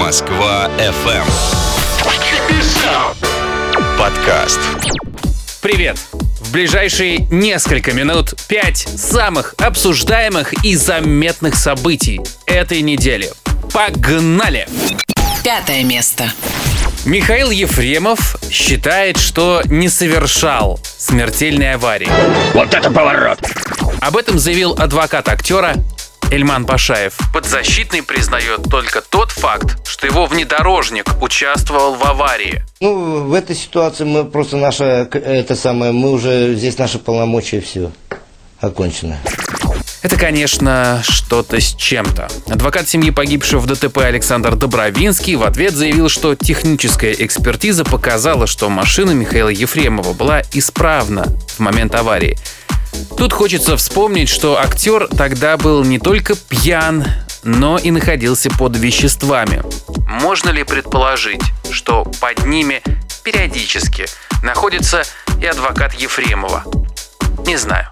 Москва-ФМ. Подкаст. Привет! В ближайшие несколько минут 5 самых обсуждаемых и заметных событий этой недели. Погнали! 5 место. Михаил Ефремов считает, что не совершал смертельной аварии. Вот это поворот! Об этом заявил адвокат актера Эльман Пашаев. Подзащитный признает только тот факт, что его внедорожник участвовал в аварии. В этой ситуации мы просто мы уже здесь наши полномочия, все окончено. Это, конечно, что-то с чем-то. Адвокат семьи погибшего в ДТП Александр Добровинский в ответ заявил, что техническая экспертиза показала, что машина Михаила Ефремова была исправна в момент аварии. Тут хочется вспомнить, что актер тогда был не только пьян, но и находился под веществами. Можно ли предположить, что под ними периодически находится и адвокат Ефремова? Не знаю.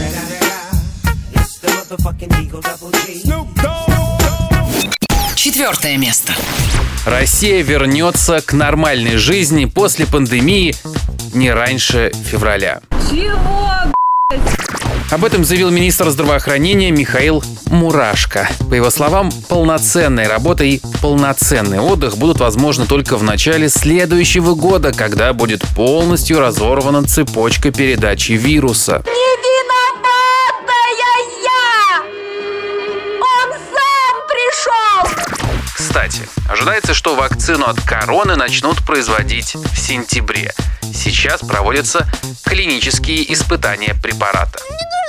4 место. Россия вернется к нормальной жизни после пандемии не раньше февраля. Чего, Об этом заявил министр здравоохранения Михаил Мурашко. По его словам, полноценная работа и полноценный отдых будут возможны только в начале следующего года, когда будет полностью разорвана цепочка передачи вируса. Не виноватая я! Он сам пришел! Кстати, ожидается, что вакцину от короны начнут производить в сентябре. Сейчас проводятся клинические испытания препарата.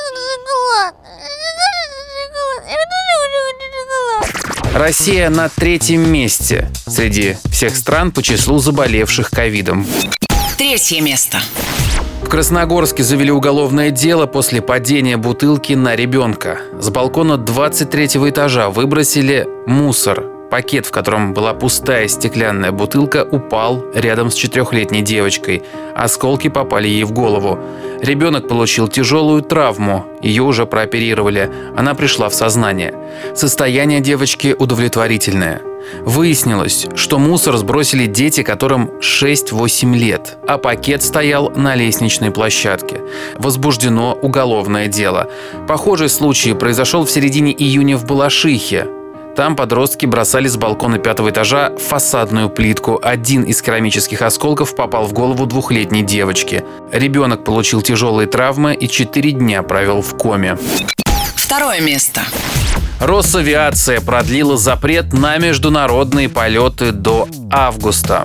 Россия на 3-м месте среди всех стран по числу заболевших ковидом. 3 место. В Красногорске завели уголовное дело после падения бутылки на ребенка. С балкона 23-го этажа выбросили мусор. Пакет, в котором была пустая стеклянная бутылка, упал рядом с 4-летней девочкой. Осколки попали ей в голову. Ребенок получил тяжелую травму. Ее уже прооперировали. Она пришла в сознание. Состояние девочки удовлетворительное. Выяснилось, что мусор сбросили дети, которым 6-8 лет, а пакет стоял на лестничной площадке. Возбуждено уголовное дело. Похожий случай произошел в середине июня в Балашихе. Там подростки бросали с балкона 5-го этажа фасадную плитку. Один из керамических осколков попал в голову 2-летней девочки. Ребенок получил тяжелые травмы и 4 дня провел в коме. 2 место. Росавиация продлила запрет на международные полеты до августа.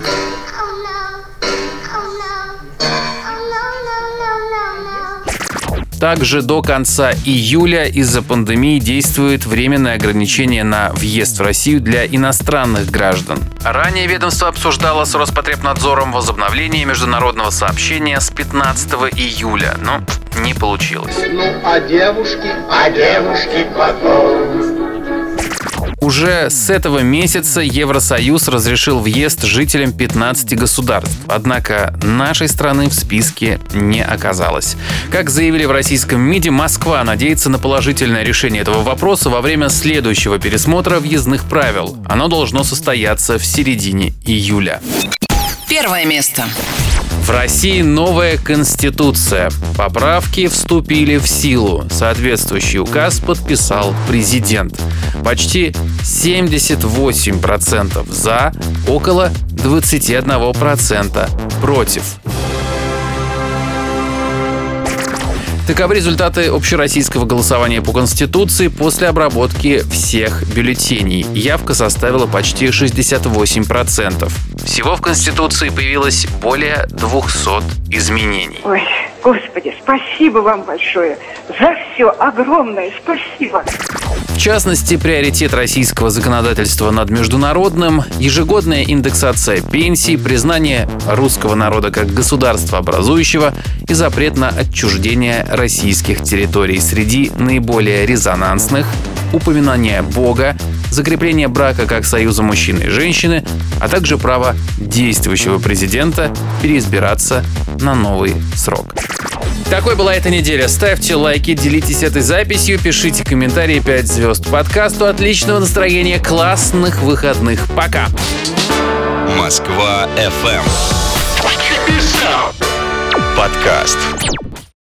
Также до конца июля из-за пандемии действует временное ограничение на въезд в Россию для иностранных граждан. Ранее ведомство обсуждало с Роспотребнадзором возобновление международного сообщения с 15 июля, но не получилось. А девушки потом. Уже с этого месяца Евросоюз разрешил въезд жителям 15 государств. Однако нашей страны в списке не оказалось. Как заявили в российском МИДе, Москва надеется на положительное решение этого вопроса во время следующего пересмотра въездных правил. Оно должно состояться в середине июля. 1 место. В России новая конституция. Поправки вступили в силу. Соответствующий указ подписал президент. Почти 78% за, около 21% против. Таковы результаты общероссийского голосования по Конституции после обработки всех бюллетеней. Явка составила почти 68%. Всего в Конституции появилось более 200 изменений. Ой, Господи, спасибо вам большое за все, огромное спасибо. В частности, приоритет российского законодательства над международным, ежегодная индексация пенсий, признание русского народа как государства образующего и запрет на отчуждение российских территорий. Среди наиболее резонансных — упоминание Бога, закрепление брака как союза мужчины и женщины, а также право действующего президента переизбираться на новый срок. Такой была эта неделя. Ставьте лайки, делитесь этой записью, пишите комментарии 5 звезд подкасту. Отличного настроения, классных выходных. Пока. Москва FM. Подкаст.